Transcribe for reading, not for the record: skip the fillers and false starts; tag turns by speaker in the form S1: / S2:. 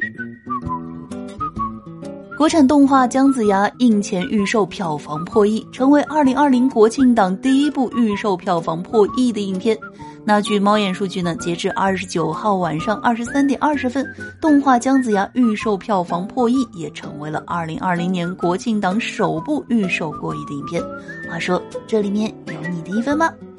S1: 国产动画《姜子牙》映前预售票房破亿，成为2020国庆档第一部预售票房破亿的影片。那据猫眼数据呢，截至29号晚上23点20分，动画《姜子牙》预售票房破亿，也成为了2020年国庆档首部预售过亿的影片。话说，这里面有你的一分吗？